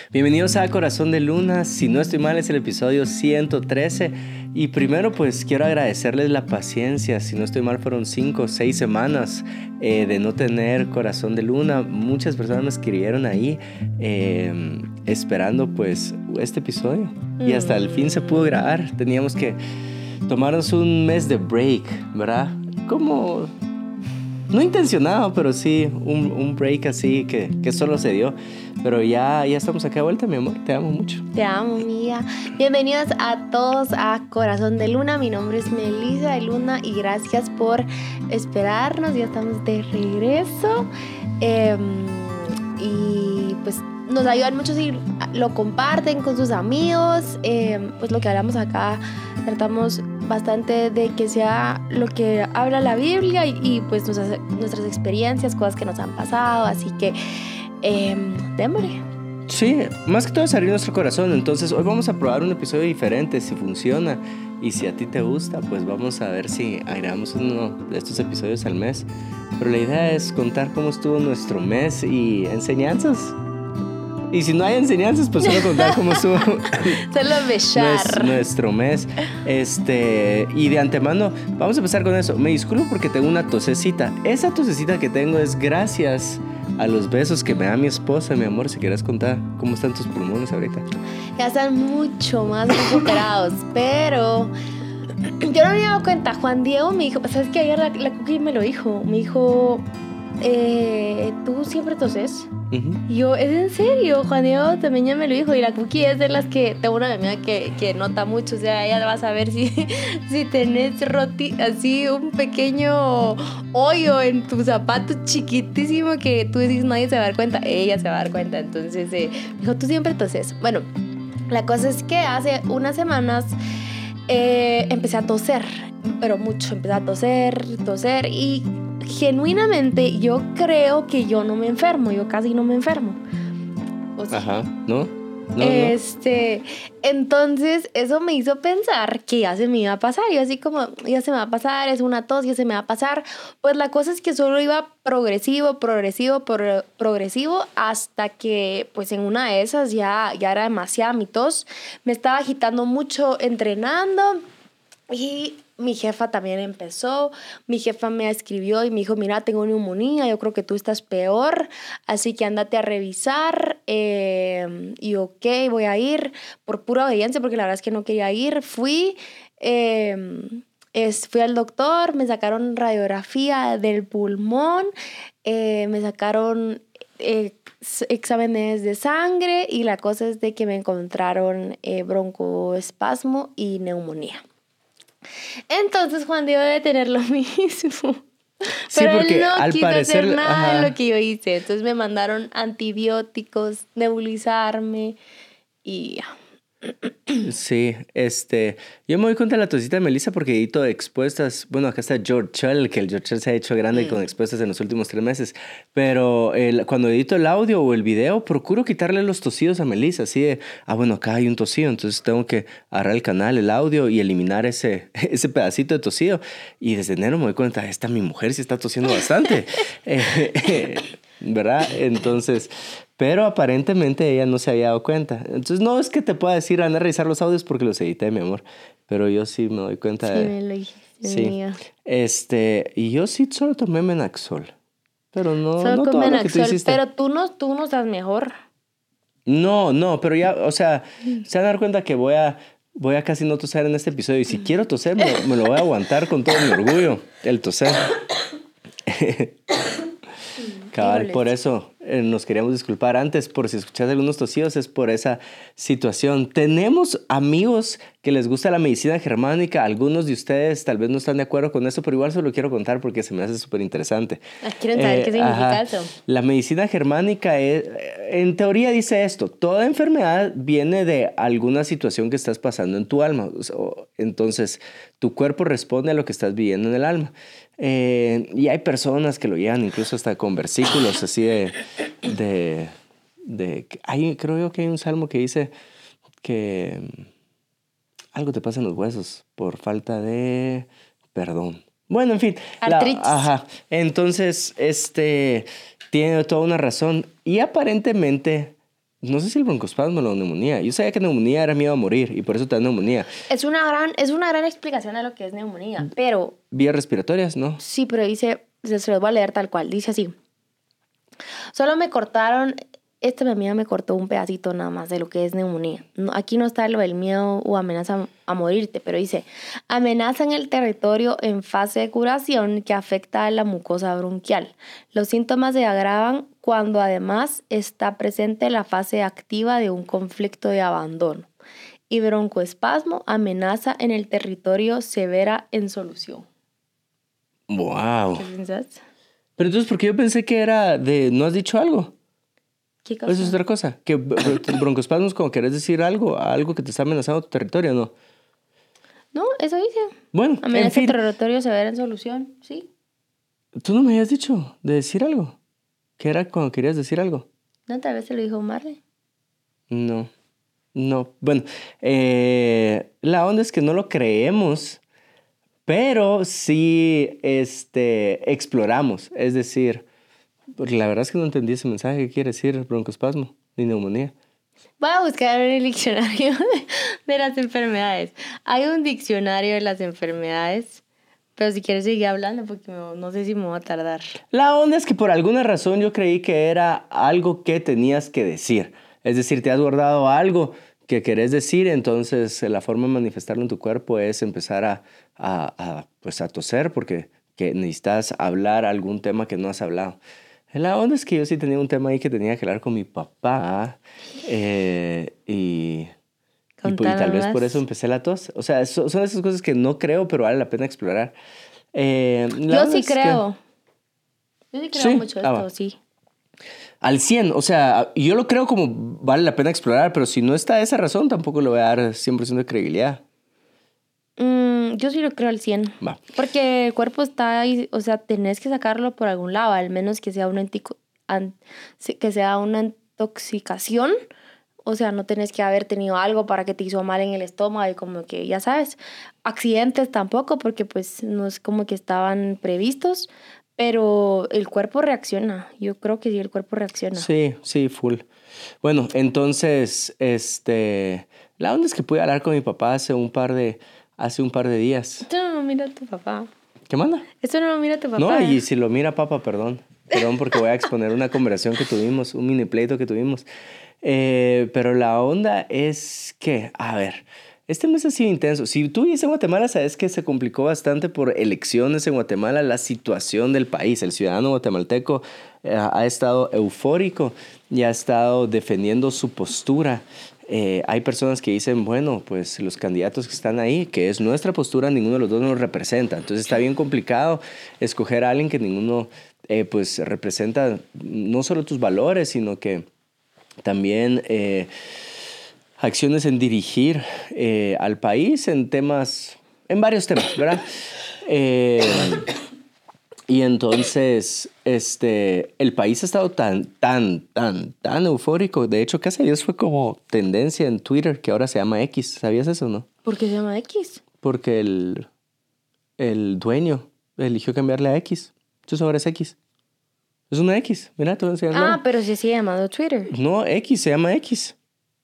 Bienvenidos a Corazón de Luna. Si no estoy mal, es el episodio 113. Y primero, pues quiero agradecerles la paciencia. Si no estoy mal, fueron 5 o 6 semanas de no tener Corazón de Luna. Muchas personas me escribieron ahí esperando pues este episodio. Y hasta el fin se pudo grabar. Teníamos que tomarnos un mes de break, ¿verdad? Como... no intencionado, pero sí un break así que solo se dio. Pero ya estamos acá de vuelta, mi amor. Te amo mucho. Te amo, amiga. Bienvenidos a todos a Corazón de Luna. Mi nombre es Melissa de Luna y gracias por esperarnos. Ya estamos de regreso. Y pues nos ayudan mucho si lo comparten con sus amigos. Pues lo que hablamos acá tratamos bastante de que sea lo que habla la Biblia y pues nuestras experiencias, cosas que nos han pasado, así que démosle. Sí, más que todo es abrir nuestro corazón. Entonces hoy vamos a probar un episodio diferente, si funciona y si a ti te gusta, pues vamos a ver si agregamos uno de estos episodios al mes. Pero la idea es contar cómo estuvo nuestro mes y enseñanzas. Y si no hay enseñanzas, pues solo contar cómo estuvo nuestro mes. Y de antemano, vamos a empezar con eso. Me disculpo porque tengo una tosecita. Esa tosecita que tengo es gracias a los besos que me da mi esposa. Mi amor, si quieres contar cómo están tus pulmones ahorita. Ya están mucho más recuperados, pero yo no me había dado cuenta. Juan Diego me dijo, ¿sabes qué? Ayer la Cookie me lo dijo. Me dijo, ¿tú siempre toses? Y yo, ¿es en serio? Juan Diego también ya me lo dijo. Y la Cookie es de las que tengo una amiga que nota mucho. O sea, ella va a saber si tenés así un pequeño hoyo en tu zapato chiquitísimo que tú decís nadie se va a dar cuenta. Ella se va a dar cuenta. Entonces me dijo, ¿tú siempre toses? Bueno, la cosa es que hace unas semanas empecé a toser, pero mucho. Empecé a toser y genuinamente yo creo que yo no me enfermo. Yo casi no me enfermo. O sea, ajá, ¿no? Entonces eso me hizo pensar que ya se me iba a pasar. Yo así como, ya se me va a pasar, es una tos, ya se me va a pasar. Pues la cosa es que solo iba progresivo hasta que pues en una de esas ya era demasiada mi tos. Me estaba agitando mucho entrenando y mi jefa también empezó. Mi jefa me escribió y me dijo, mira, tengo neumonía, yo creo que tú estás peor, así que ándate a revisar. Y ok, voy a ir por pura obediencia, porque la verdad es que no quería ir. Fui al doctor, me sacaron radiografía del pulmón, me sacaron exámenes de sangre y la cosa es de que me encontraron broncoespasmo y neumonía. Entonces Juan Diego debe tener lo mismo. Sí, pero porque él no al quiso parecer, hacer nada ajá, de lo que yo hice. Entonces me mandaron antibióticos, nebulizarme y ya. Sí, yo me doy cuenta de la tosita de Melissa porque edito expuestas. Bueno, acá está George Chell, que el George Chell se ha hecho grande con expuestas en los últimos 3 meses. Pero cuando edito el audio o el video, procuro quitarle los tosidos a Melissa. Así de, bueno, acá hay un tosido, entonces tengo que agarrar el canal, el audio y eliminar ese pedacito de tosido. Y desde enero me doy cuenta, mi mujer sí está tosiendo bastante. ¿Verdad? Entonces... pero aparentemente ella no se había dado cuenta. Entonces no es que te pueda decir, anda a revisar los audios porque los edité, mi amor. Pero yo sí me doy cuenta sí, me lo dijiste, sí. amiga. Y yo sí solo tomé Menaxol. Pero no solo todo Menaxol, lo que tú hiciste. pero tú no estás mejor. No, pero ya, o sea, se van a dar cuenta que voy a casi no toser en este episodio. Y si quiero toser, me lo voy a aguantar con todo mi orgullo, el toser. Cabal, por eso nos queríamos disculpar antes por si escuchaste algunos tosidos, es por esa situación. Tenemos amigos que les gusta la medicina germánica. Algunos de ustedes tal vez no están de acuerdo con esto, pero igual se lo quiero contar porque se me hace súper interesante. ¿Quieren saber qué significa eso? La medicina germánica en teoría dice esto: toda enfermedad viene de alguna situación que estás pasando en tu alma. Entonces, tu cuerpo responde a lo que estás viviendo en el alma. Y hay personas que lo llevan incluso hasta con versículos así creo yo que hay un salmo que dice que algo te pasa en los huesos por falta de perdón. Bueno, en fin. Artritis. Entonces, tiene toda una razón. Y aparentemente No sé si el broncoespasmo o la neumonía. Yo sabía que neumonía era miedo a morir y por eso te da neumonía. Es una gran explicación de lo que es neumonía, pero... Vías respiratorias, ¿no? Sí, pero dice, se los voy a leer tal cual, dice así. Solo me cortaron, esta mi amiga me cortó un pedacito nada más de lo que es neumonía. Aquí no está lo del miedo o amenaza a morirte, pero dice, amenaza en el territorio en fase de curación que afecta a la mucosa bronquial. Los síntomas se agravan cuando además está presente la fase activa de un conflicto de abandono. Y broncoespasmo amenaza en el territorio severa en solución. Wow. ¿Qué piensas? Pero entonces, ¿por qué yo pensé que era de no has dicho algo? ¿Qué cosa? Eso es otra cosa. Que broncoespasmo es como querés decir algo que te está amenazando tu territorio, ¿no? No, eso dice. Bueno, en Amenaza fin. el territorio severa en solución, sí. Tú no me habías dicho de decir algo. ¿Qué era cuando querías decir algo? No, tal vez se lo dijo Marley. No. Bueno, la onda es que no lo creemos, pero sí exploramos. Es decir, porque la verdad es que no entendí ese mensaje. ¿Qué quiere decir broncoespasmo ni neumonía? Voy a buscar en el diccionario de las enfermedades. Hay un diccionario de las enfermedades, pero si quieres seguir hablando porque no sé si me voy a tardar. La onda es que por alguna razón yo creí que era algo que tenías que decir. Es decir, te has guardado algo que querés decir, entonces la forma de manifestarlo en tu cuerpo es empezar pues a toser porque que necesitas hablar algún tema que no has hablado. La onda es que yo sí tenía un tema ahí que tenía que hablar con mi papá y tal vez por eso empecé la tos. O sea, son esas cosas que no creo, pero vale la pena explorar. Yo sí creo. Yo sí creo mucho esto, sí. Al 100, o sea, yo lo creo como vale la pena explorar, pero si no está esa razón, tampoco le voy a dar 100% de credibilidad. Yo sí lo creo al 100. Va. Porque el cuerpo está ahí, o sea, tenés que sacarlo por algún lado, al menos que sea una intoxicación. O sea, no tenés que haber tenido algo para que te hizo mal en el estómago y como que, ya sabes, accidentes tampoco, porque pues no es como que estaban previstos, pero el cuerpo reacciona. Yo creo que sí, el cuerpo reacciona. Sí, full. Bueno, entonces, la onda es que pude hablar con mi papá hace un par de días. Esto no lo mira tu papá. ¿Qué manda? Esto no lo mira tu papá. No, y si lo mira papá, perdón porque voy a exponer una conversación que tuvimos, un mini pleito que tuvimos. Pero la onda es que, a ver, este mes ha sido intenso. Si tú vives en Guatemala, sabes que se complicó bastante por elecciones en Guatemala, la situación del país. El ciudadano guatemalteco ha estado eufórico y ha estado defendiendo su postura. Hay personas que dicen, bueno, pues los candidatos que están ahí, que es nuestra postura, ninguno de los dos nos representa. Entonces está bien complicado escoger a alguien que ninguno pues representa no solo tus valores, sino que también acciones en dirigir al país en varios temas, ¿verdad? Y entonces, el país ha estado tan eufórico. De hecho, casi Dios fue como tendencia en Twitter, que ahora se llama X. ¿Sabías eso o no? ¿Por qué se llama X? Porque el dueño eligió cambiarle a X. Entonces ahora es X. Es una X. Mira, te voy a enseñar. Pero sí sigue llamado Twitter. No, X, se llama X.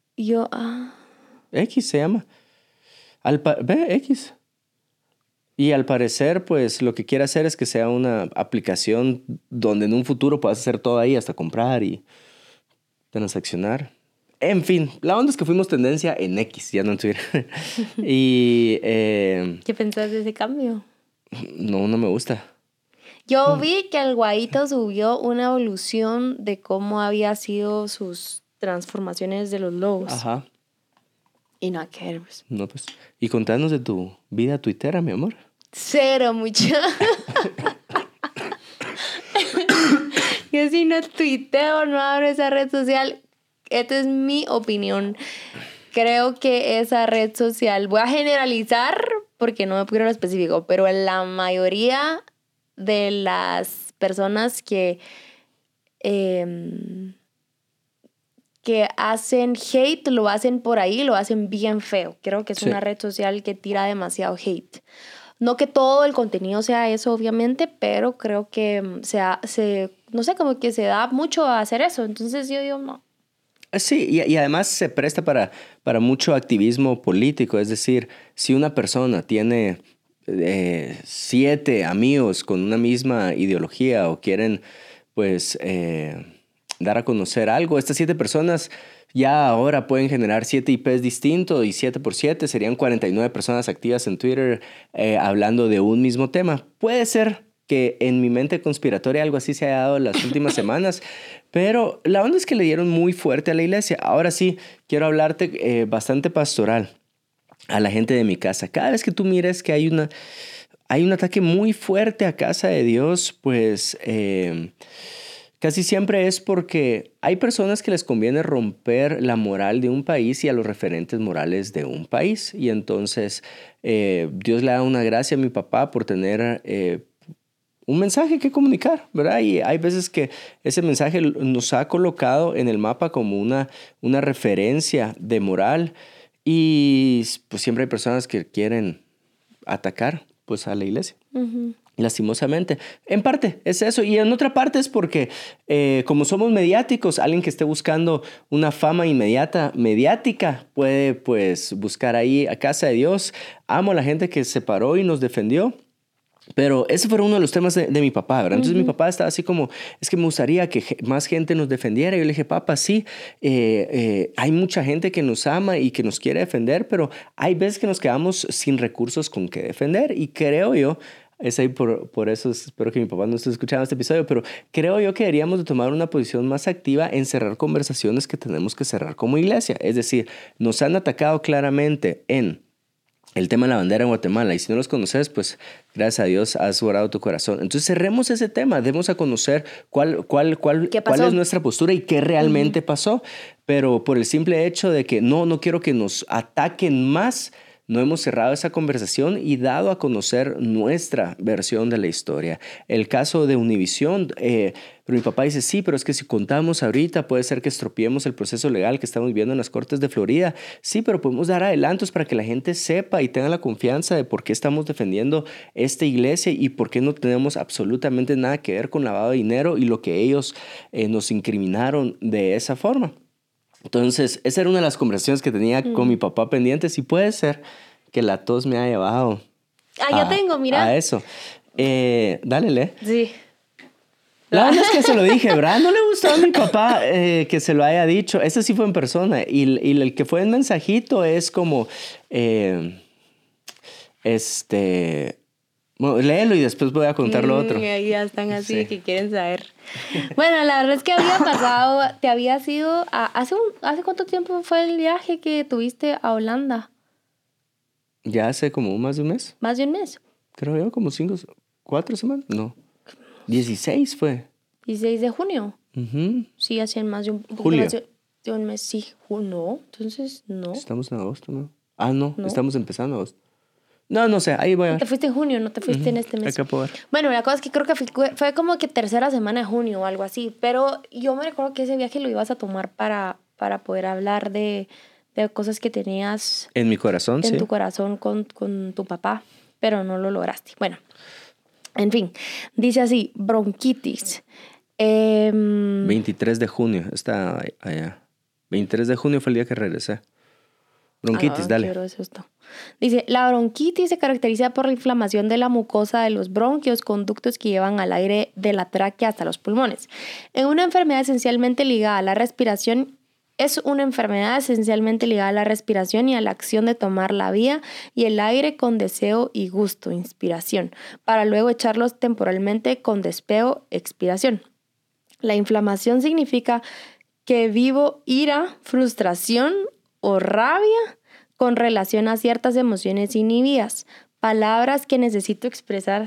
X se llama. Ve, X. Y al parecer, pues lo que quiere hacer es que sea una aplicación donde en un futuro puedas hacer todo ahí, hasta comprar y transaccionar. En fin, la onda es que fuimos tendencia en X, ya no en Twitter. Y... ¿Qué pensás de ese cambio? No me gusta. Yo vi que el Guaito subió una evolución de cómo había sido sus transformaciones de los logos. Ajá. Y no, que pues. No, pues. Y contanos de tu vida tuitera, mi amor. Cero, mucho. Yo si no tuiteo, no abro esa red social. Esta es mi opinión. Creo que esa red social, voy a generalizar porque no me puse lo específico, pero la mayoría de las personas que hacen hate lo hacen por ahí, lo hacen bien feo. Creo que es una red social que tira demasiado hate. No que todo el contenido sea eso, obviamente, pero creo que no sé, como que se da mucho a hacer eso. Entonces yo digo, no. Sí, y además se presta para mucho activismo político. Es decir, si una persona tiene 7 amigos con una misma ideología o quieren, pues, dar a conocer algo, estas 7 personas ya ahora pueden generar 7 IPs distintos y 7 por 7 serían 49 personas activas en Twitter hablando de un mismo tema. Puede ser que en mi mente conspiratoria algo así se haya dado en las últimas semanas, pero la onda es que le dieron muy fuerte a la iglesia. Ahora sí, quiero hablarte bastante pastoral a la gente de mi casa. Cada vez que tú mires que hay un ataque muy fuerte a casa de Dios, pues casi siempre es porque hay personas que les conviene romper la moral de un país y a los referentes morales de un país. Y entonces Dios le da una gracia a mi papá por tener un mensaje que comunicar, ¿verdad? Y hay veces que ese mensaje nos ha colocado en el mapa como una referencia de moral y pues siempre hay personas que quieren atacar pues a la iglesia. Uh-huh. Lastimosamente. En parte es eso y en otra parte es porque como somos mediáticos, alguien que esté buscando una fama mediática puede pues buscar ahí a casa de Dios. Amo a la gente que se paró y nos defendió. Pero ese fue uno de los temas de mi papá, ¿verdad? Entonces mi papá estaba así como, es que me gustaría que más gente nos defendiera. Yo le dije, papá, sí, hay mucha gente que nos ama y que nos quiere defender, pero hay veces que nos quedamos sin recursos con que defender. Y creo yo, es ahí por eso espero que mi papá no esté escuchando este episodio, pero creo yo que deberíamos de tomar una posición más activa en cerrar conversaciones que tenemos que cerrar como iglesia. Es decir, nos han atacado claramente en el tema de la bandera en Guatemala. Y si no los conoces, pues gracias a Dios has guardado tu corazón. Entonces cerremos ese tema. Demos a conocer cuál es nuestra postura y qué realmente pasó. Pero por el simple hecho de que no quiero que nos ataquen más, no hemos cerrado esa conversación y dado a conocer nuestra versión de la historia. El caso de Univisión, pero mi papá dice, sí, pero es que si contamos ahorita puede ser que estropeemos el proceso legal que estamos viendo en las Cortes de Florida. Sí, pero podemos dar adelantos para que la gente sepa y tenga la confianza de por qué estamos defendiendo esta iglesia y por qué no tenemos absolutamente nada que ver con lavado de dinero y lo que ellos nos incriminaron de esa forma. Entonces, esa era una de las conversaciones que tenía con mi papá pendientes y puede ser que la tos me haya llevado yo tengo, mira. A eso. Dale, lee. Sí. La verdad es que se lo dije, ¿verdad? No le gustó a mi papá que se lo haya dicho. Ese sí fue en persona. Y el que fue en mensajito es como... Bueno, léelo y después voy a contar lo otro. Ya están así sí. Que quieren saber. Bueno, la verdad es que había pasado, te habías ido ¿hace cuánto tiempo fue el viaje que tuviste a Holanda? Ya hace como más de un mes. ¿Más de un mes? Creo yo, como 4 semanas. No, 16 fue. 16 de junio. Uh-huh. Sí, hace más de un... Julio. Más de un mes, sí. No, entonces no. Estamos en agosto, ¿no? No. Estamos empezando agosto. No sé, ahí voy a ver. Te fuiste en junio, no te fuiste en este mes. Acá puedo ver. Bueno, la cosa es que creo que fue como que tercera semana de junio o algo así. Pero yo me recuerdo que ese viaje lo ibas a tomar para poder hablar de cosas que tenías... En mi corazón, en tu corazón con tu papá. Pero no lo lograste. Bueno, en fin. Dice así, bronquitis. 23 de junio, está allá. 23 de junio fue el día que regresé. Bronquitis, dale. Qué es esto. Dice, la bronquitis se caracteriza por la inflamación de la mucosa de los bronquios, conductos que llevan al aire de la tráquea hasta los pulmones. Es una enfermedad esencialmente ligada a la respiración y a la acción de tomar la vía y el aire con deseo y gusto, inspiración, para luego echarlos temporalmente con despego, expiración. La inflamación significa que vivo ira, frustración o rabia con relación a ciertas emociones inhibidas, palabras que necesito expresar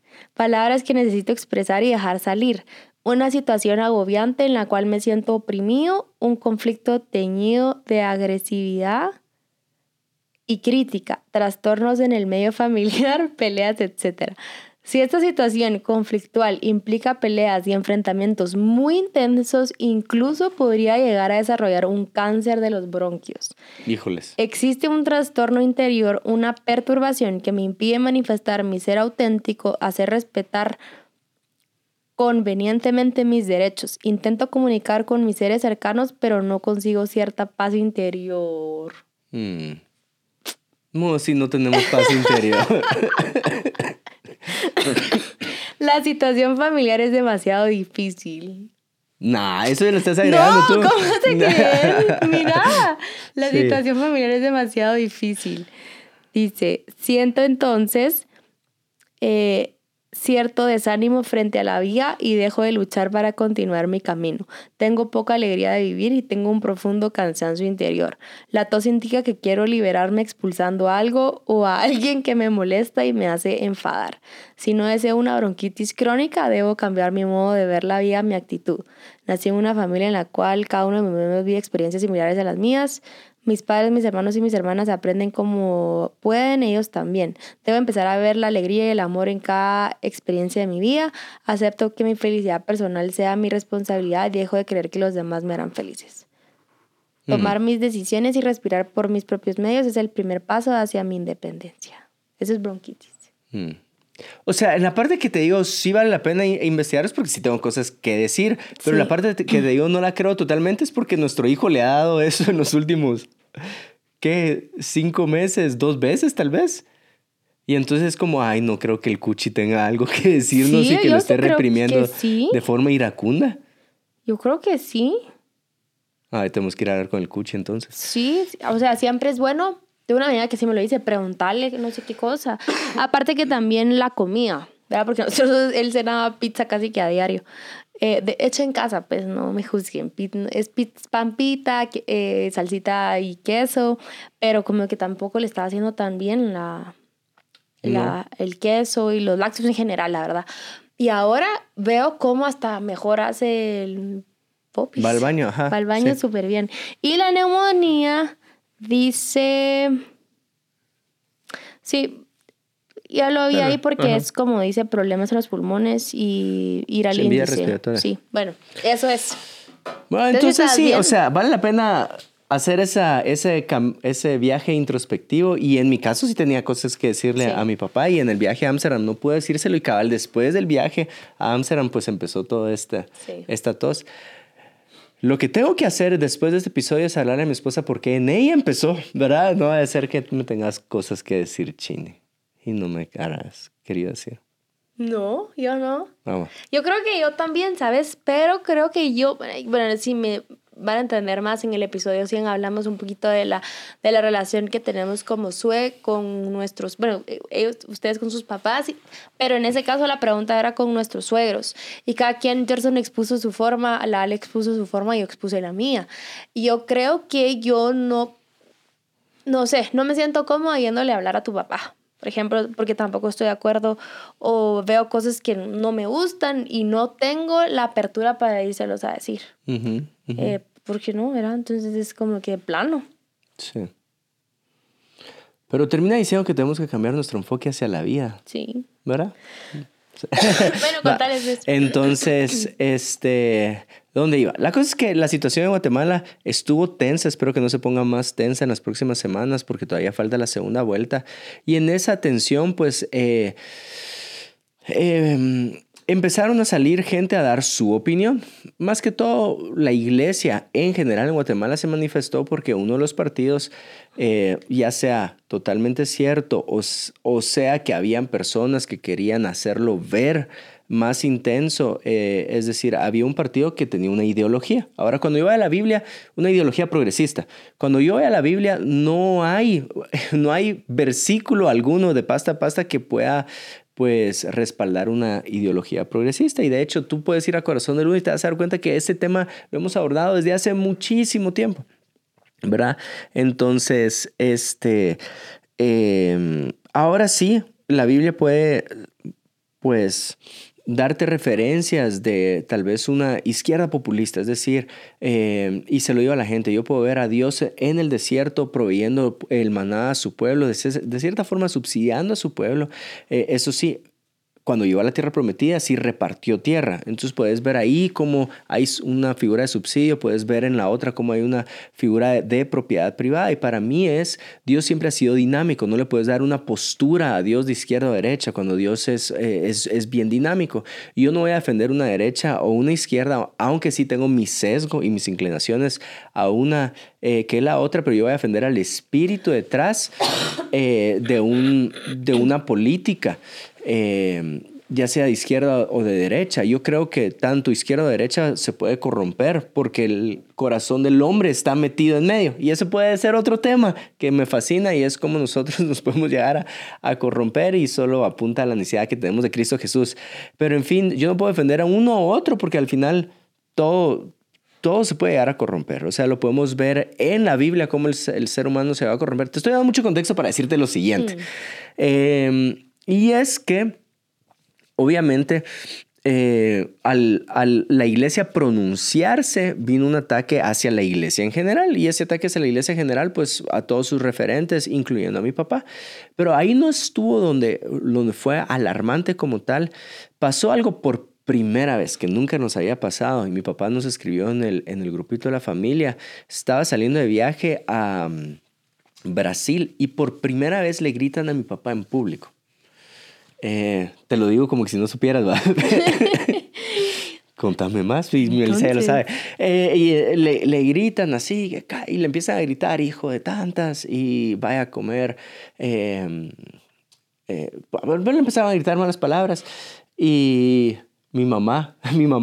y dejar salir, una situación agobiante en la cual me siento oprimido, un conflicto teñido de agresividad y crítica, trastornos en el medio familiar, peleas, etc. Si esta situación conflictual implica peleas y enfrentamientos muy intensos, incluso podría llegar a desarrollar un cáncer de los bronquios. Híjoles. Existe un trastorno interior, una perturbación que me impide manifestar mi ser auténtico, hacer respetar convenientemente mis derechos. Intento comunicar con mis seres cercanos, pero no consigo cierta paz interior. No, si no tenemos paz interior. La situación familiar es demasiado difícil. Nah, eso ya lo estás agregando No, tú. ¿cómo te crees? Mira, la Sí. situación familiar es demasiado difícil. Dice, siento entonces cierto desánimo frente a la vida y dejo de luchar para continuar mi camino. Tengo poca alegría de vivir y tengo un profundo cansancio interior. La tos indica que quiero liberarme expulsando algo o a alguien que me molesta y me hace enfadar. Si no deseo una bronquitis crónica, debo cambiar mi modo de ver la vida, mi actitud. Nací en una familia en la cual cada uno de mis miembros vive experiencias similares a las mías. Mis padres, mis hermanos y mis hermanas aprenden como pueden, ellos también. Debo empezar a ver la alegría y el amor en cada experiencia de mi vida. Acepto que mi felicidad personal sea mi responsabilidad y dejo de creer que los demás me harán felices. Tomar mis decisiones y respirar por mis propios medios es el primer paso hacia mi independencia. Eso es bronquitis. O sea, en la parte que te digo sí vale la pena investigar es porque sí tengo cosas que decir, pero Sí. la parte que te digo no la creo totalmente es porque nuestro hijo le ha dado eso en los últimos, ¿qué? 5 meses, 2 veces tal vez. Y entonces es como, ay, no creo que el Cuchi tenga algo que decirnos Sí, y que yo lo sí esté creo reprimiendo que sí. de forma iracunda. Yo creo que sí. Ay, tenemos que ir a hablar con el Cuchi entonces. Sí, o sea, siempre es bueno, de una manera que sí me lo dice, preguntarle no sé qué cosa. Aparte que también la comida, ¿verdad? Porque nosotros, él cenaba pizza casi que a diario. De hecho en casa, pues no me juzguen. Es pan pita, salsita y queso, pero como que tampoco le estaba haciendo tan bien el queso y los lácteos en general, la verdad. Y ahora veo cómo hasta mejor hace el popis. Va al baño, ajá. Va al baño sí. súper bien. Y la neumonía dice... Sí, ya lo vi ahí porque es como dice problemas en los pulmones y ir al Sí, en vía índice. respiratoria. Sí, bueno, eso es. Bueno, Entonces, entonces ¿estás sí, bien? o sea, vale la pena hacer ese viaje introspectivo y en mi caso sí tenía cosas que decirle Sí. a mi papá y en el viaje a Ámsterdam no pude decírselo y cabal después del viaje a Ámsterdam pues empezó toda esta tos. Lo que tengo que hacer después de este episodio es hablarle a mi esposa porque en ella empezó, ¿verdad? No va a ser que tú me tengas cosas que decir, Chini, y no me harás querido decir. No, yo no. Vamos. Yo creo que yo también, ¿sabes? Pero creo que yo, bueno, si me van a entender más en el episodio 100, hablamos un poquito de la relación que tenemos como con nuestros, bueno, ustedes con sus papás, pero en ese caso la pregunta era con nuestros suegros. Y cada quien, Gerson expuso su forma, la Ale expuso su forma y yo expuse la mía. Y yo creo que yo no sé, no me siento cómoda yéndole a hablar a tu papá. Por ejemplo, porque tampoco estoy de acuerdo o veo cosas que no me gustan y no tengo la apertura para irselos a decir. ¿Por qué no? ¿Verdad? Entonces es como que plano. Sí. Pero termina diciendo que tenemos que cambiar nuestro enfoque hacia la vida. Sí. ¿Verdad? Bueno, contales eso. Entonces, ¿dónde iba? La cosa es que la situación en Guatemala estuvo tensa. Espero que no se ponga más tensa en las próximas semanas porque todavía falta la segunda vuelta. Y en esa tensión, pues, empezaron a salir gente a dar su opinión. Más que todo, la iglesia en general en Guatemala se manifestó porque uno de los partidos, ya sea totalmente cierto o sea que habían personas que querían hacerlo ver más intenso, es decir, había un partido que tenía una ideología. Ahora, cuando yo voy a la Biblia, una ideología progresista. Cuando yo voy a la Biblia, no hay versículo alguno de pasta a pasta que pueda pues respaldar una ideología progresista. Y de hecho, tú puedes ir a Corazón del Uno y te vas a dar cuenta que este tema lo hemos abordado desde hace muchísimo tiempo, ¿verdad? Entonces, ahora sí, la Biblia puede, pues, darte referencias de tal vez una izquierda populista, es decir, y se lo digo a la gente, yo puedo ver a Dios en el desierto proveyendo el maná a su pueblo, de cierta forma subsidiando a su pueblo, eso sí, cuando llegó a la tierra prometida, sí repartió tierra. Entonces puedes ver ahí cómo hay una figura de subsidio, puedes ver en la otra cómo hay una figura de propiedad privada. Y para mí Dios siempre ha sido dinámico. No le puedes dar una postura a Dios de izquierda o derecha cuando Dios es bien dinámico. Y yo no voy a defender una derecha o una izquierda, aunque sí tengo mi sesgo y mis inclinaciones a una que la otra, pero yo voy a defender al espíritu detrás de una política, ya sea de izquierda o de derecha. Yo creo que tanto izquierda o derecha se puede corromper porque el corazón del hombre está metido en medio. Y ese puede ser otro tema que me fascina, y es cómo nosotros nos podemos llegar a corromper, y solo apunta a la necesidad que tenemos de Cristo Jesús. Pero en fin, yo no puedo defender a uno u otro porque al final todo se puede llegar a corromper. O sea, lo podemos ver en la Biblia cómo el ser humano se va a corromper. Te estoy dando mucho contexto para decirte lo siguiente. Y es que, obviamente, al la iglesia pronunciarse, vino un ataque hacia la iglesia en general. Y ese ataque hacia la iglesia en general, pues a todos sus referentes, incluyendo a mi papá. Pero ahí no estuvo donde fue alarmante como tal. Pasó algo por primera vez que nunca nos había pasado, y mi papá nos escribió en el grupito de la familia. Estaba saliendo de viaje a Brasil y por primera vez le gritan a mi papá en público. Te lo digo como que si no supieras, ¿va? Contame más, y Melissa ya lo sabe. Y le gritan así, y le empiezan a gritar, hijo de tantas, y vaya a comer. Bueno, le empezaban a gritar malas palabras, y mi mamá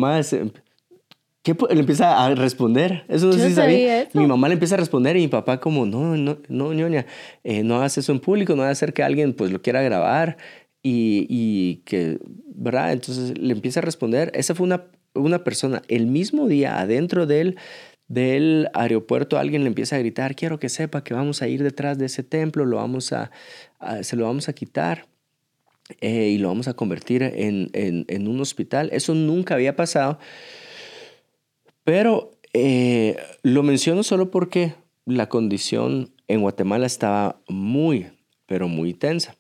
le empieza a responder. Eso no sé si sabía. Mi mamá le empieza a responder y mi papá como, no, ñoña, no hagas eso en público, no va a hacer que alguien pues lo quiera grabar y que, ¿verdad? Entonces le empieza a responder. Esa fue una persona. El mismo día, adentro del aeropuerto, alguien le empieza a gritar, quiero que sepa que vamos a ir detrás de ese templo, se lo vamos a quitar. Y lo vamos a convertir en un hospital. Eso nunca había pasado. Pero lo menciono solo porque la condición en Guatemala estaba muy, pero muy tensa.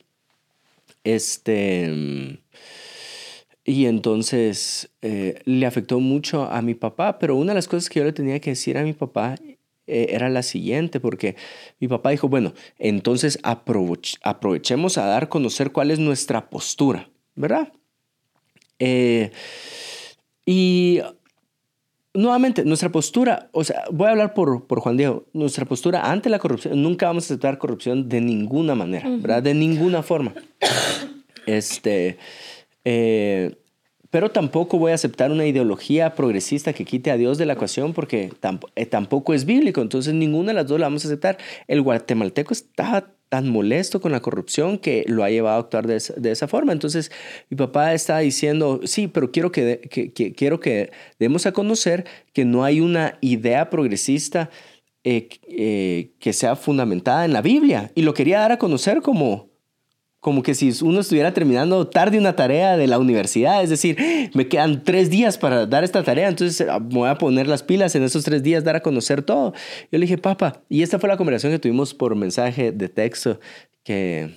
Y entonces le afectó mucho a mi papá. Pero una de las cosas que yo le tenía que decir a mi papá era la siguiente, porque mi papá dijo, bueno, entonces aprovechemos a dar a conocer cuál es nuestra postura, ¿verdad? Y nuevamente, nuestra postura, o sea, voy a hablar por Juan Diego, nuestra postura ante la corrupción, nunca vamos a aceptar corrupción de ninguna manera, ¿verdad? De ninguna forma. Pero tampoco voy a aceptar una ideología progresista que quite a Dios de la ecuación porque tampoco es bíblico. Entonces ninguna de las dos la vamos a aceptar. El guatemalteco estaba tan molesto con la corrupción que lo ha llevado a actuar de esa forma. Entonces mi papá estaba diciendo, sí, pero quiero que demos a conocer que no hay una idea progresista que sea fundamentada en la Biblia. Y lo quería dar a conocer como que si uno estuviera terminando tarde una tarea de la universidad, es decir, me quedan 3 días para dar esta tarea, entonces me voy a poner las pilas en esos 3 días, dar a conocer todo. Yo le dije, papá, y esta fue la conversación que tuvimos por mensaje de texto que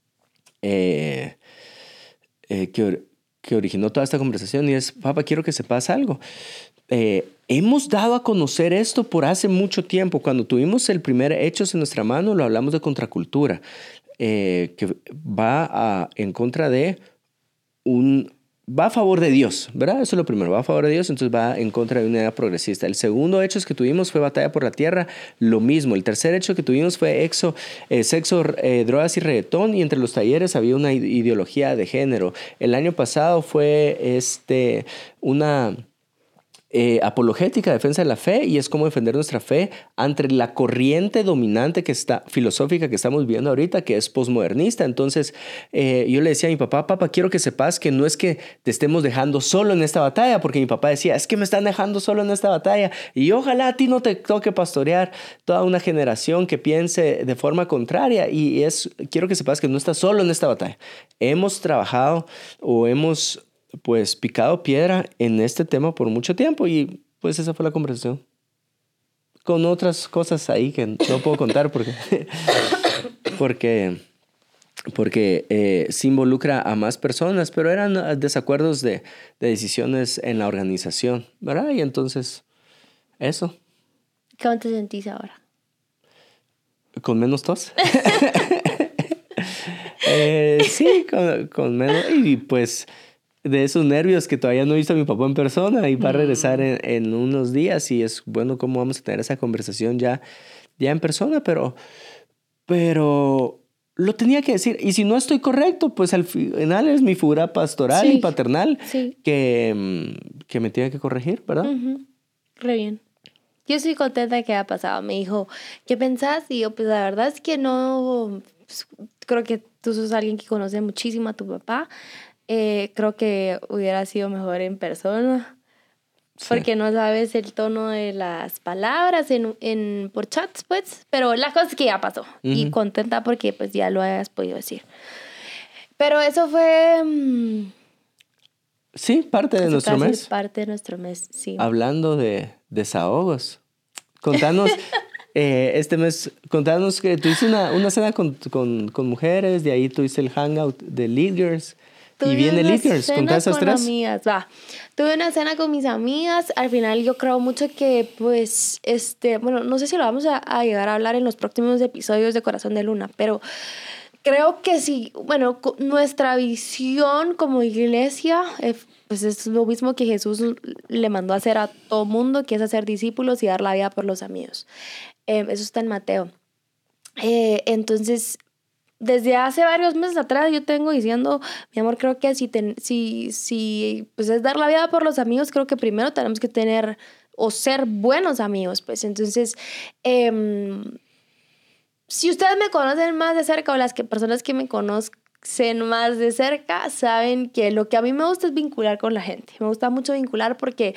originó toda esta conversación, y es, papá, quiero que sepas algo. Hemos dado a conocer esto por hace mucho tiempo. Cuando tuvimos el primer Hechos en nuestra mano, lo hablamos de contracultura. Que va en contra de va a favor de Dios, ¿verdad? Eso es lo primero, va a favor de Dios, entonces va en contra de una idea progresista. El segundo hecho que tuvimos fue batalla por la tierra, lo mismo. El tercer hecho que tuvimos fue sexo, drogas y reggaetón, y entre los talleres había una ideología de género. El año pasado fue una apologética, defensa de la fe, y es cómo defender nuestra fe ante la corriente dominante filosófica que estamos viviendo ahorita, que es posmodernista. Entonces yo le decía a mi papá, quiero que sepas que no es que te estemos dejando solo en esta batalla, porque mi papá decía, es que me están dejando solo en esta batalla, y ojalá a ti no te toque pastorear toda una generación que piense de forma contraria, y quiero que sepas que no estás solo en esta batalla. Hemos trabajado o hemos pues picado piedra en este tema por mucho tiempo, y pues esa fue la conversación con otras cosas ahí que no puedo contar porque porque sí involucra a más personas, pero eran desacuerdos de decisiones en la organización, ¿verdad? Y entonces, eso, ¿Cómo te sentís ahora? con menos tos. Sí, con menos, y pues de esos nervios que todavía no he visto a mi papá en persona y va a regresar en unos días y es bueno cómo vamos a tener esa conversación ya en persona, pero lo tenía que decir. Y si no estoy correcto, pues al final es mi figura pastoral y Sí, paternal sí. que me tiene que corregir, ¿verdad? Ujú. Re bien. Yo estoy contenta de que haya pasado. Me dijo, ¿qué pensás? Y yo, pues la verdad es que no, pues, creo que tú sos alguien que conoce muchísimo a tu papá. Creo que hubiera sido mejor en persona. Sí. Porque no sabes el tono de las palabras por chats, pues. Pero la cosa es que ya pasó. Y contenta porque pues ya lo hayas podido decir. Pero eso fue... Sí, parte de eso nuestro casi mes. parte de nuestro mes, sí. Hablando de desahogos. Contanos, este mes, contanos que tuviste una cena con mujeres, de ahí tuviste el hangout de Lead Girls. Y Tuve viene una Lead Girls, cena contá esas con tres. amigas, va. Tuve una cena con mis amigas. Al final yo creo mucho que, pues, bueno, no sé si lo vamos a llegar a hablar en los próximos episodios de Corazón de Luna, pero creo que sí, bueno, nuestra visión como iglesia, pues es lo mismo que Jesús le mandó a hacer a todo mundo, que es hacer discípulos y dar la vida por los amigos. Eso está en Mateo. Entonces, desde hace varios meses atrás yo tengo diciendo, mi amor, creo que si pues es dar la vida por los amigos, creo que primero tenemos que tener o ser buenos amigos, pues. Entonces, si ustedes me conocen más de cerca o personas que me conocen más de cerca saben que lo que a mí me gusta es vincular con la gente. Me gusta mucho vincular porque,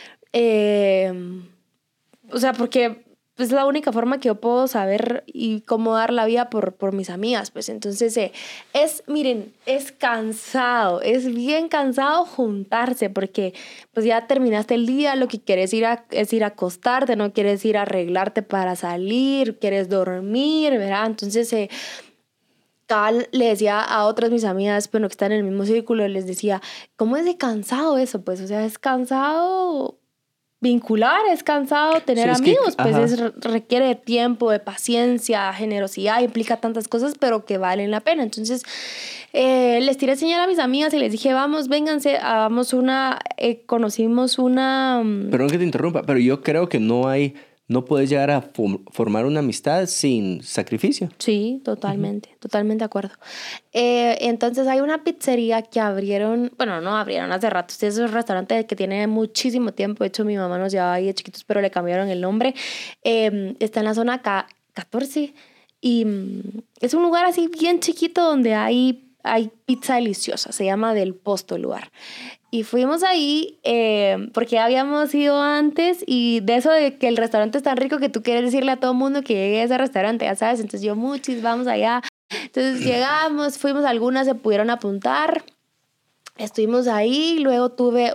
porque es la única forma que yo puedo saber y cómo dar la vida por mis amigas, pues. Entonces, miren, es cansado, es bien cansado juntarse porque pues ya terminaste el día, lo que quieres es ir a acostarte, no quieres ir a arreglarte para salir, quieres dormir, ¿verdad? Entonces, cabal, le decía a otras mis amigas, bueno, que están en el mismo círculo, les decía, ¿cómo es de cansado eso? Pues, o sea, es cansado vincular, es cansado tener Sí, es que, amigos, pues ajá. requiere de tiempo, de paciencia, generosidad, implica tantas cosas, pero que valen la pena. Entonces, les tiré señal a mis amigas y les dije, vamos, vénganse, hagamos conocimos una... Perdón que te interrumpa, pero yo creo que no puedes llegar a formar una amistad sin sacrificio. Sí, totalmente, totalmente de acuerdo. Entonces hay una pizzería que abrieron, bueno, no abrieron hace rato, es un restaurante que tiene muchísimo tiempo, de hecho mi mamá nos llevaba ahí de chiquitos, pero le cambiaron el nombre. Está en la zona 14 y es un lugar así bien chiquito donde hay pizza deliciosa, se llama Del Posto el lugar. Y fuimos ahí porque ya habíamos ido antes y de eso de que el restaurante es tan rico que tú quieres decirle a todo el mundo que llegue a ese restaurante, ya sabes. Entonces yo, muchis, vamos allá. Entonces llegamos, fuimos, algunas se pudieron apuntar, estuvimos ahí, luego tuve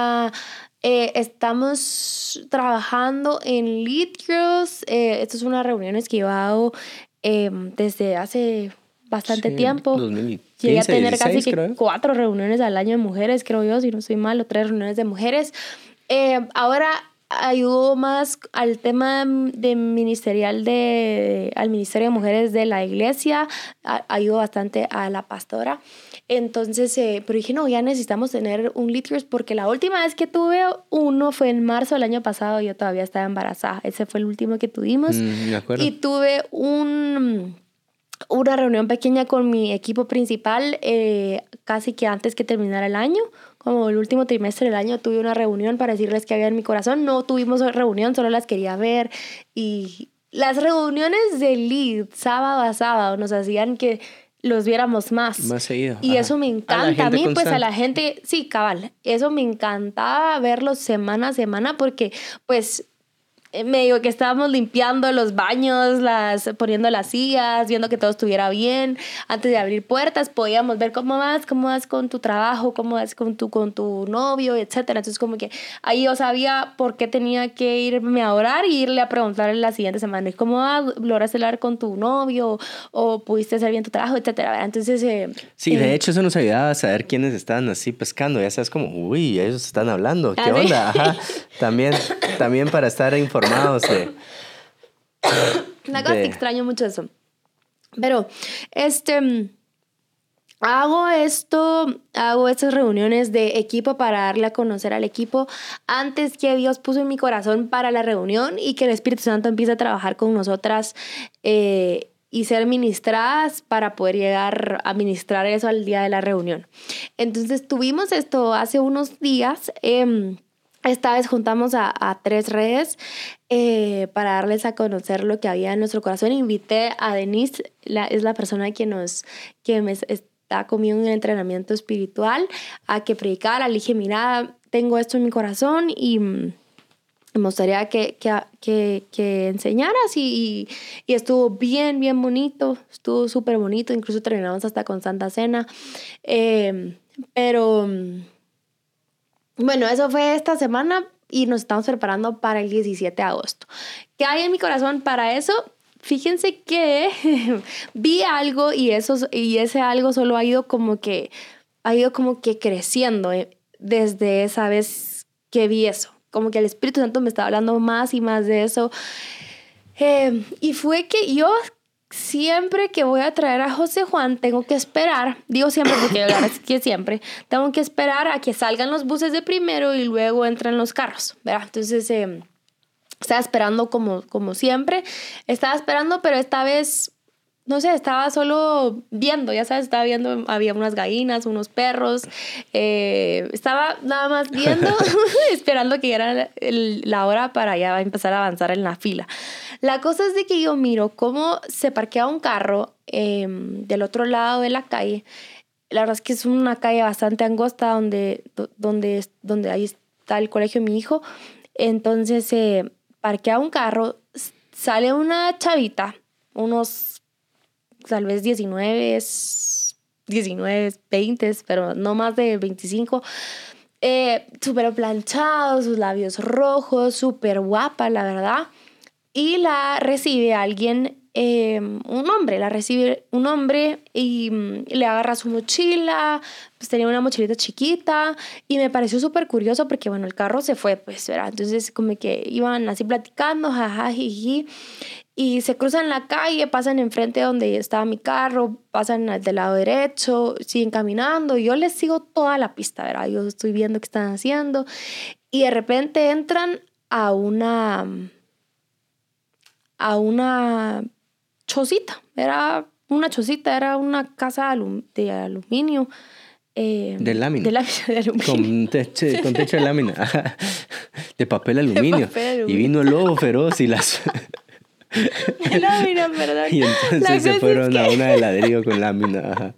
estamos trabajando en Lead Girls, estas son unas reuniones que yo hago desde hace bastante Sí, tiempo. 2015, Llegué a tener 16, casi que creo. 4 reuniones al año de mujeres, creo yo, si no estoy mal, o 3 reuniones de mujeres. Ahora ayudo más al tema de ministerial al Ministerio de Mujeres de la iglesia, ayudo bastante a la pastora. Entonces, pero dije, no, ya necesitamos tener un Lead Girls porque la última vez que tuve uno fue en marzo del año pasado, yo todavía estaba embarazada, ese fue el último que tuvimos. Me acuerdo. Y tuve una reunión pequeña con mi equipo principal casi que antes que terminara el año, como el último trimestre del año tuve una reunión para decirles que había en mi corazón. No tuvimos reunión, solo las quería ver. Y las reuniones de Lead sábado a sábado nos hacían que los viéramos más. Más seguido. Y Ajá. eso me encanta. A mí, pues a la gente, sí, cabal, eso me encantaba verlos semana a semana porque pues me digo que estábamos limpiando los baños, poniendo las sillas, viendo que todo estuviera bien. Antes de abrir puertas podíamos ver cómo vas con tu trabajo, cómo vas con tu novio, etcétera. Entonces como que ahí yo sabía por qué tenía que irme a orar y irle a preguntarle la siguiente semana, ¿cómo vas? ¿Lograste hablar con tu novio? ¿O pudiste hacer bien tu trabajo? Etcétera, ¿verdad? Entonces... sí, de hecho eso nos ayudaba a saber quiénes estaban así pescando. Ya sabes como, uy, ellos están hablando, ¿qué onda? Ajá. También para estar informados de... Una cosa que extraño mucho eso. Pero, hago estas reuniones de equipo para darle a conocer al equipo antes que Dios puso en mi corazón para la reunión y que el Espíritu Santo empiece a trabajar con nosotras y ser ministradas para poder llegar a ministrar eso al día de la reunión. Entonces tuvimos esto hace unos días. Esta vez juntamos a 3 redes para darles a conocer lo que había en nuestro corazón. Invité a Denise, es la persona que me está conmigo en el entrenamiento espiritual, a que predicara. Le dije, mira, tengo esto en mi corazón y me gustaría que enseñaras y estuvo bien bonito, estuvo súper bonito, incluso terminamos hasta con Santa Cena, pero bueno, eso fue esta semana y nos estamos preparando para el 17 de agosto. ¿Qué hay en mi corazón para eso? Fíjense que vi algo y ese algo solo ha ido como que creciendo desde esa vez que vi eso. Como que el Espíritu Santo me estaba hablando más y más de eso. Y fue que yo siempre que voy a traer a José Juan tengo que esperar, digo siempre porque la verdad es que siempre, tengo que esperar a que salgan los buses de primero y luego entran los carros, ¿verdad? Entonces estaba esperando como siempre, pero esta vez... No sé, estaba solo viendo, ya sabes, estaba viendo, había unas gallinas, unos perros, estaba nada más viendo, esperando que llegara la hora para ya empezar a avanzar en la fila. La cosa es de que yo miro cómo se parquea un carro del otro lado de la calle. La verdad es que es una calle bastante angosta donde ahí está el colegio de mi hijo. Entonces parquea un carro, sale una chavita, unos... tal vez 19, 20, pero no más de 25. Súper planchado, sus labios rojos, súper guapa, la verdad. Y la recibe alguien, un hombre y le agarra su mochila, pues tenía una mochilita chiquita y me pareció súper curioso porque, bueno, el carro se fue, pues, ¿verdad? Entonces como que iban así platicando, jaja, jiji. Y se cruzan la calle, pasan enfrente de donde estaba mi carro, pasan del lado derecho, siguen caminando. Yo les sigo toda la pista, ¿verdad? Yo estoy viendo qué están haciendo. Y de repente entran a una chocita. Era una casa de aluminio. De lámina. De aluminio. Con techo de lámina. De papel aluminio. Y vino el lobo feroz y las... lámina, perdón. Y entonces se fueron a una de ladrillo con lámina. Ajá.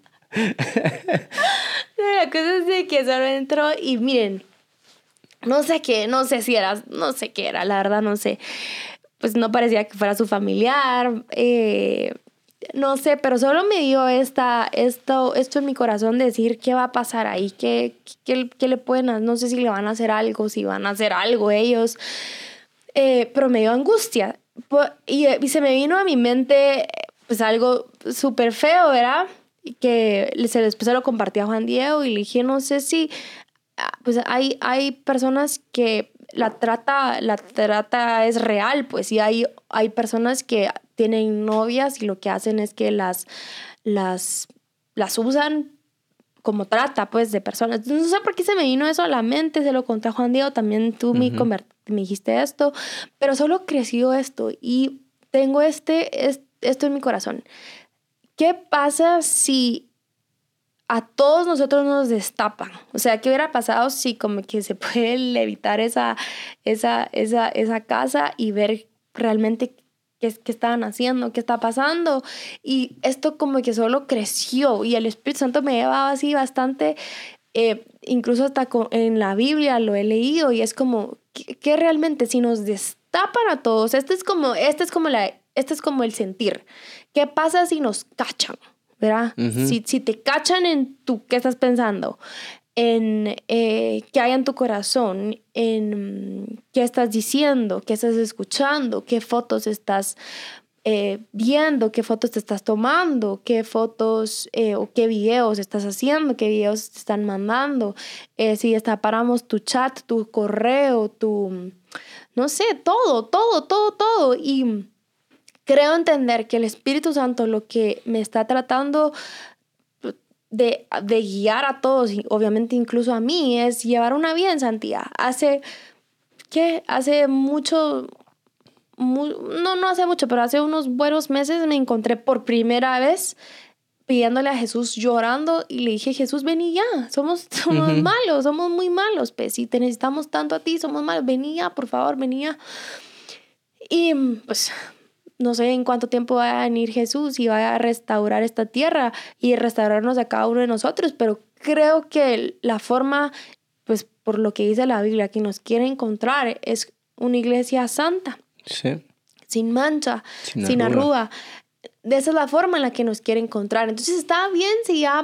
La cosa es de que solo entró y miren, no sé qué era, la verdad no sé. Pues no parecía que fuera su familiar, no sé, pero solo me dio esto en mi corazón de decir qué va a pasar ahí, qué le pueden, no sé si le van a hacer algo, si van a hacer algo ellos, pero me dio angustia. Y se me vino a mi mente pues algo súper feo, ¿verdad? Que después se lo compartí a Juan Diego y le dije, no sé si pues hay personas que la trata es real, pues, y hay personas que tienen novias y lo que hacen es que las usan como trata, pues, de personas. No sé por qué se me vino eso a la mente, se lo conté a Juan Diego, también tú me dijiste esto, pero solo creció esto y tengo esto en mi corazón. ¿Qué pasa si a todos nosotros nos destapan? O sea, ¿qué hubiera pasado si como que se puede levitar esa casa y ver realmente qué estaban haciendo, qué está pasando? Y esto como que solo creció y el Espíritu Santo me llevaba así bastante, incluso hasta en la Biblia lo he leído y es como, ¿qué realmente si nos está para todos. Este es como el sentir. ¿Qué pasa si nos cachan? ¿Verdad? Si te cachan en qué estás pensando, en qué hay en tu corazón, en qué estás diciendo, qué estás escuchando, qué fotos estás viendo, qué fotos te estás tomando, qué fotos o qué videos estás haciendo, qué videos te están mandando, si destaparamos tu chat, tu correo, no sé, todo. Y creo entender que el Espíritu Santo lo que me está tratando de guiar a todos, y obviamente incluso a mí, es llevar una vida en santidad. Hace mucho, no hace mucho, pero hace unos buenos meses me encontré por primera vez pidiéndole a Jesús, llorando, y le dije: Jesús, ven y ya, somos malos, somos muy malos, pues, y te necesitamos tanto a ti, somos malos, ven y ya, por favor, ven y ya. Y pues no sé en cuánto tiempo va a venir Jesús y va a restaurar esta tierra y restaurarnos a cada uno de nosotros, pero creo que la forma, pues por lo que dice la Biblia, que nos quiere encontrar es una iglesia santa, sí, sin mancha, sin arruga. De esa es la forma en la que nos quiere encontrar. Entonces está bien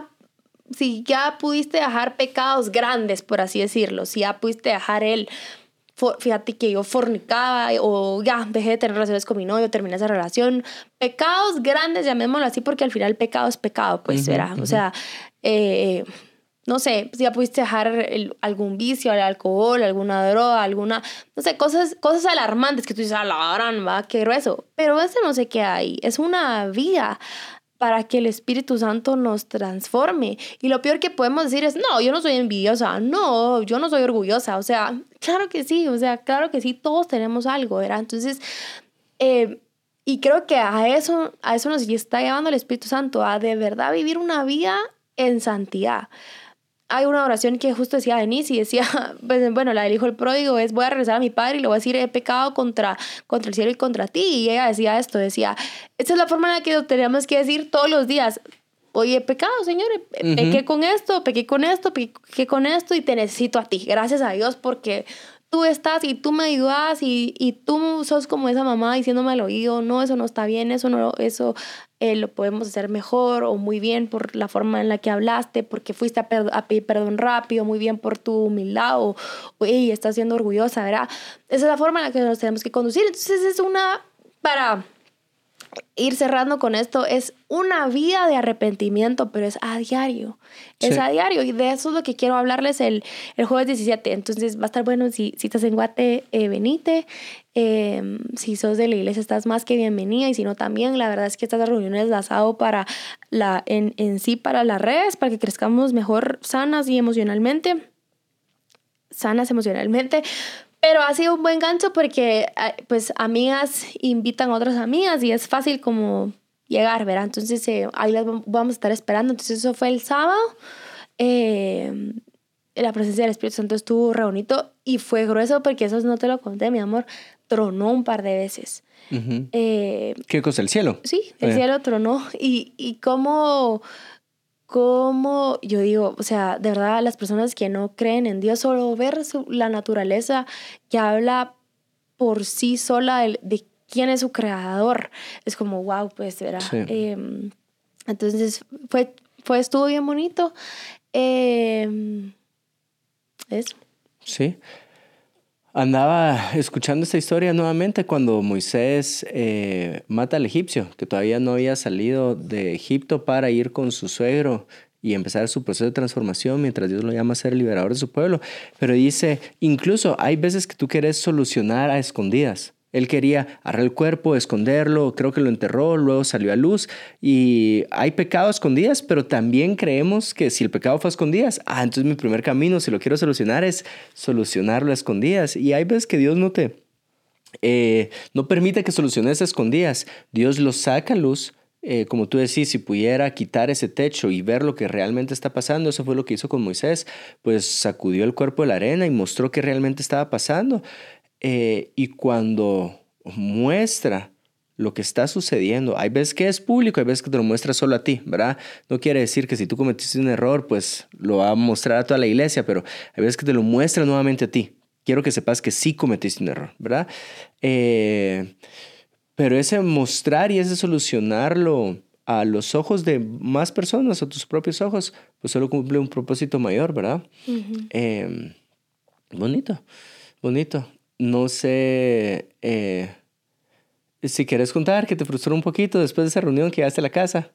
si ya pudiste dejar pecados grandes, por así decirlo, si ya pudiste dejar fíjate que yo fornicaba o ya dejé de tener relaciones con mi novio, terminé esa relación. Pecados grandes, llamémoslo así, porque al final pecado es pecado, pues, ¿verdad? O sea, no sé, si ya pudiste dejar algún vicio, el alcohol, alguna droga, no sé, cosas alarmantes que tú dices: a la gran, va, qué grueso. Pero eso no se queda ahí. Es una vía para que el Espíritu Santo nos transforme. Y lo peor que podemos decir es: no, yo no soy envidiosa, no, yo no soy orgullosa. O sea, claro que sí, todos tenemos algo, ¿verdad? Entonces, y creo que a eso nos está llevando el Espíritu Santo, a de verdad vivir una vida en santidad. Hay una oración que justo decía Denise y decía, pues, bueno, la del hijo del pródigo es: voy a regresar a mi padre y le voy a decir: he pecado contra el cielo y contra ti. Y ella decía esto, esta es la forma en la que lo tenemos que decir todos los días: oye, he pecado, Señor, pequé con esto, pequé con esto y te necesito a ti. Gracias a Dios porque tú estás y tú me ayudas y tú sos como esa mamá diciéndome al oído: no, eso no está bien, eso lo podemos hacer mejor o muy bien por la forma en la que hablaste, porque fuiste a pedir perdón rápido, muy bien por tu humildad o estás siendo orgullosa, ¿verdad? Esa es la forma en la que nos tenemos que conducir. Entonces para ir cerrando con esto, es una vida de arrepentimiento, pero es a diario. Sí. Es a diario. Y de eso es lo que quiero hablarles el jueves 17. Entonces va a estar bueno si estás en Guate, venite. Si sos de la iglesia, estás más que bienvenida. Y si no, también. La verdad es que estas reuniones las hago para para las redes, para que crezcamos mejor sanas emocionalmente. Pero ha sido un buen gancho porque, pues, amigas invitan a otras amigas y es fácil como llegar, ¿verdad? Entonces, ahí las vamos a estar esperando. Entonces, eso fue el sábado. La presencia del Espíritu Santo estuvo re bonito y fue grueso porque eso no te lo conté, mi amor. Tronó un par de veces. Uh-huh. ¿Qué cosa? ¿El cielo? Sí, el cielo tronó. Y cómo yo digo, o sea, de verdad, las personas que no creen en Dios, solo ver la naturaleza que habla por sí sola de quién es su creador, es como wow, pues, ¿verdad? Sí. Entonces, estuvo bien bonito. Eso. Sí. Andaba escuchando esta historia nuevamente cuando Moisés mata al egipcio, que todavía no había salido de Egipto para ir con su suegro y empezar su proceso de transformación mientras Dios lo llama a ser el liberador de su pueblo. Pero dice, incluso hay veces que tú quieres solucionar a escondidas. Él quería agarrar el cuerpo, esconderlo, creo que lo enterró, luego salió a luz y hay pecado a escondidas, pero también creemos que si el pecado fue a escondidas, entonces mi primer camino, si lo quiero solucionar, es solucionarlo a escondidas. Y hay veces que Dios no permite que soluciones a escondidas. Dios lo saca a luz. Como tú decís, si pudiera quitar ese techo y ver lo que realmente está pasando, eso fue lo que hizo con Moisés, pues sacudió el cuerpo de la arena y mostró qué realmente estaba pasando. Y cuando muestra lo que está sucediendo, hay veces que es público, hay veces que te lo muestra solo a ti, ¿verdad? No quiere decir que si tú cometiste un error, pues lo va a mostrar a toda la iglesia, pero hay veces que te lo muestra nuevamente a ti. quiero que sepas que sí cometiste un error, ¿verdad? Pero ese mostrar y ese solucionarlo a los ojos de más personas, a tus propios ojos, pues solo cumple un propósito mayor, ¿verdad? Uh-huh. Bonito, bonito. No sé si quieres contar que te frustró un poquito después de esa reunión que llegaste a la casa.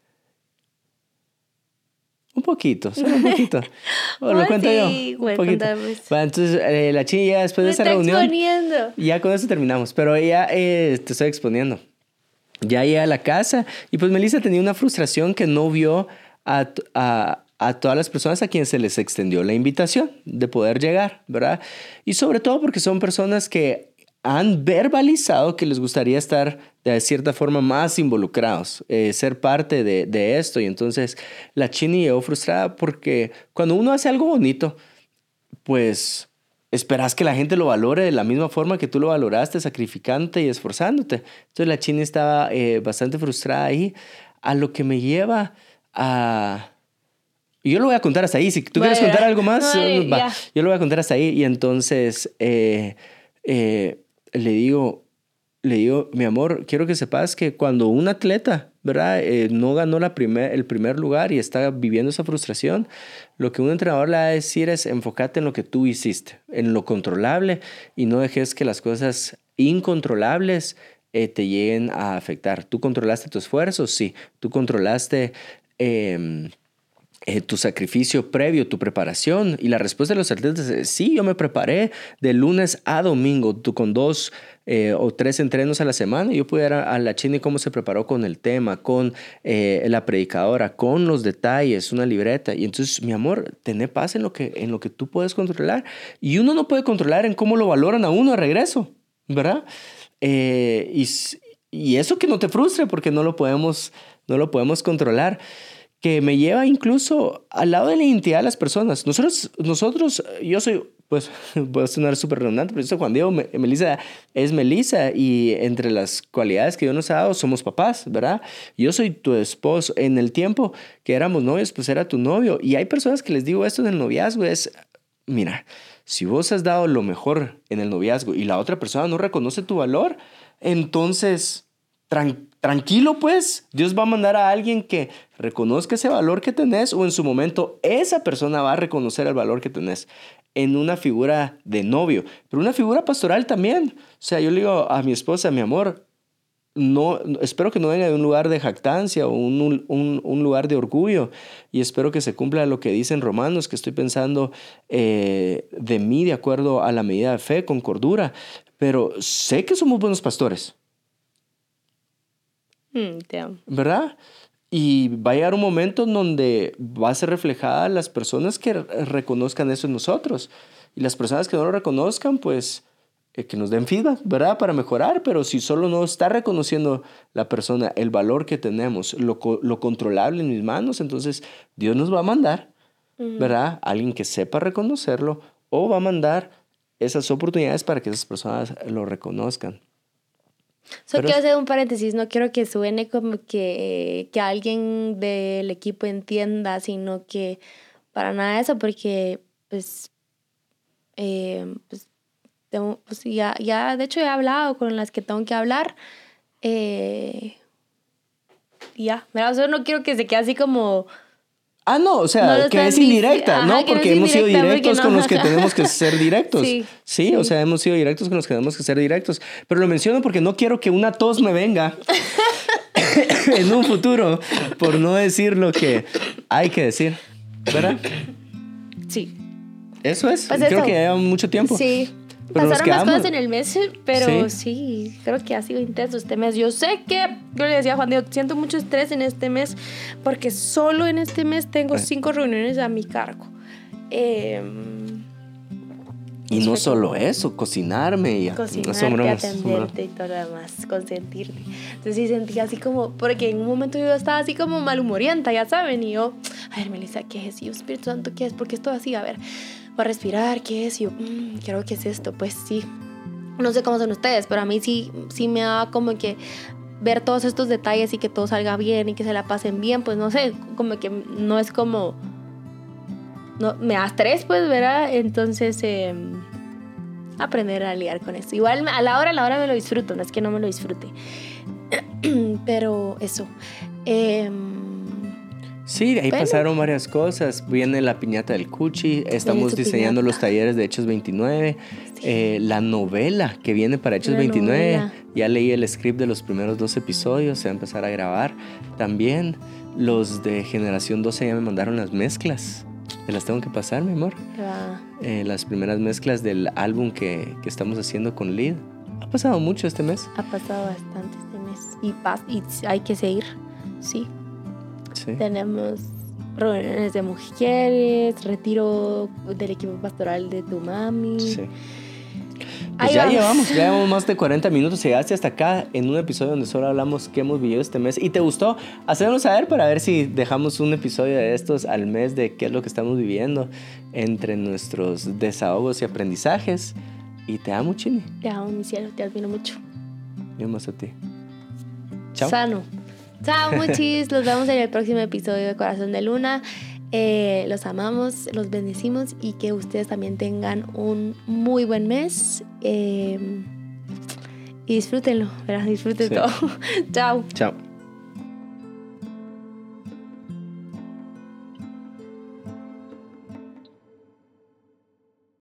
Un poquito, solo un poquito. ¿O lo cuento yo? Un poquito. Bueno, entonces, la Chini ya después de esa reunión... exponiendo. Ya con eso terminamos, pero ya te estoy exponiendo. Ya llega a la casa y pues Melissa tenía una frustración que no vio a todas las personas a quienes se les extendió la invitación de poder llegar, ¿verdad? Y sobre todo porque son personas que han verbalizado que les gustaría estar de cierta forma más involucrados, ser parte de esto. Y entonces la Chini llegó frustrada porque cuando uno hace algo bonito, pues esperas que la gente lo valore de la misma forma que tú lo valoraste, sacrificándote y esforzándote. Entonces la Chini estaba bastante frustrada ahí, a lo que me lleva a... Y yo lo voy a contar hasta ahí. Si tú quieres contar algo más, va. Yo lo voy a contar hasta ahí. Y entonces le digo, mi amor, quiero que sepas que cuando un atleta, ¿verdad? No ganó el primer lugar y está viviendo esa frustración, lo que un entrenador le va a decir es enfócate en lo que tú hiciste, en lo controlable, y no dejes que las cosas incontrolables te lleguen a afectar. ¿Tú controlaste tu esfuerzo? Sí. ¿Tú controlaste tu sacrificio previo, tu preparación? Y la respuesta de los atletas es sí, yo me preparé de lunes a domingo con 2 o 3 entrenos a la semana. Yo pude ver a la Chini cómo se preparó con el tema, con la predicadora, con los detalles, una libreta. Y entonces, mi amor, tené paz en lo que tú puedes controlar. Y uno no puede controlar en cómo lo valoran a uno de regreso, ¿verdad? Y eso que no te frustre porque no lo podemos controlar. Que me lleva incluso al lado de la identidad de las personas. Nosotros, yo soy, pues, voy a sonar súper redundante, pero yo soy Juan Diego, Melissa es Melissa, y entre las cualidades que Dios nos ha dado somos papás, ¿verdad? Yo soy tu esposo. En el tiempo que éramos novios, pues era tu novio. Y hay personas que les digo esto en el noviazgo, es, mira, si vos has dado lo mejor en el noviazgo y la otra persona no reconoce tu valor, entonces... Tranquilo, pues, Dios va a mandar a alguien que reconozca ese valor que tenés, o en su momento esa persona va a reconocer el valor que tenés en una figura de novio, pero una figura pastoral también. O sea, yo le digo a mi esposa, mi amor, no, espero que no venga de un lugar de jactancia o un lugar de orgullo, y espero que se cumpla lo que dicen Romanos, que estoy pensando de mí de acuerdo a la medida de fe, con cordura, pero sé que somos buenos pastores. Te amo. ¿Verdad? Y va a llegar un momento en donde va a ser reflejada las personas que reconozcan eso en nosotros. Y las personas que no lo reconozcan, pues que nos den feedback, ¿verdad? Para mejorar. Pero si solo no está reconociendo la persona el valor que tenemos, lo controlable en mis manos, entonces Dios nos va a mandar, ¿verdad? Alguien que sepa reconocerlo, o va a mandar esas oportunidades para que esas personas lo reconozcan. Quiero hacer un paréntesis, no quiero que suene como que alguien del equipo entienda, sino que para nada de eso, porque pues ya de hecho he hablado con las que tengo que hablar, ya, o sea, no quiero que se quede así como... no, o sea, no que es indirecta, ¿no? Porque hemos sido directos con los que tenemos que ser directos. Sí, o sea, hemos sido directos con los que tenemos que ser directos. Pero lo menciono porque no quiero que una tos me venga en un futuro por no decir lo que hay que decir, ¿verdad? Sí. Eso es. Pues creo que lleva mucho tiempo. Sí. Pero pasaron más cosas en el mes, pero sí, creo que ha sido intenso este mes. Yo sé que, yo le decía a Juan Diego, siento mucho estrés en este mes, porque solo en este mes tengo 5 reuniones a mi cargo. Y no solo eso, cocinarme, atenderte y todo lo demás, consentirte. Entonces sí sentía así como, porque en un momento yo estaba así como malhumorienta, ya saben, y yo, a ver, Melissa, ¿qué es? Y yo, Espíritu Santo, ¿qué es? Porque estoy así, a ver, voy a respirar, ¿qué es? Y yo, creo que es esto, pues sí. No sé cómo son ustedes, pero a mí sí me da como que ver todos estos detalles y que todo salga bien y que se la pasen bien, pues no sé, como que no es como... No, me da estrés, pues, ¿verdad? Entonces, aprender a lidiar con eso. Igual a la hora me lo disfruto, no es que no me lo disfrute. Pero eso. Sí, ahí pasaron varias cosas. Viene la piñata del Cuchi. Estamos diseñando los talleres de Hechos 29. Sí. La novela que viene para Hechos 29. Novela. Ya leí el script de los primeros 2 episodios. Se va a empezar a grabar. También los de Generación 12 ya me mandaron las mezclas. Te las tengo que pasar, mi amor. Las primeras mezclas del álbum que estamos haciendo con Lid. Ha pasado mucho este mes. Ha pasado bastante este mes. Y hay que seguir. Sí. Sí. Tenemos reuniones de mujeres, retiro del equipo pastoral de tu mami. Sí. Pues ya llevamos más de 40 minutos. Llegaste hasta acá en un episodio donde solo hablamos qué hemos vivido este mes. ¿Y te gustó? Hacednos saber para ver si dejamos un episodio de estos al mes de qué es lo que estamos viviendo entre nuestros desahogos y aprendizajes. Y te amo, Chini. Te amo, mi cielo. Te admiro mucho. Yo más a ti. Chao. Sano. Chao, muchis. Los vemos en el próximo episodio de Corazón de Luna. Los amamos, los bendecimos y que ustedes también tengan un muy buen mes. Y disfrútenlo, ¿verdad? Disfruten todo. Chao. Chao.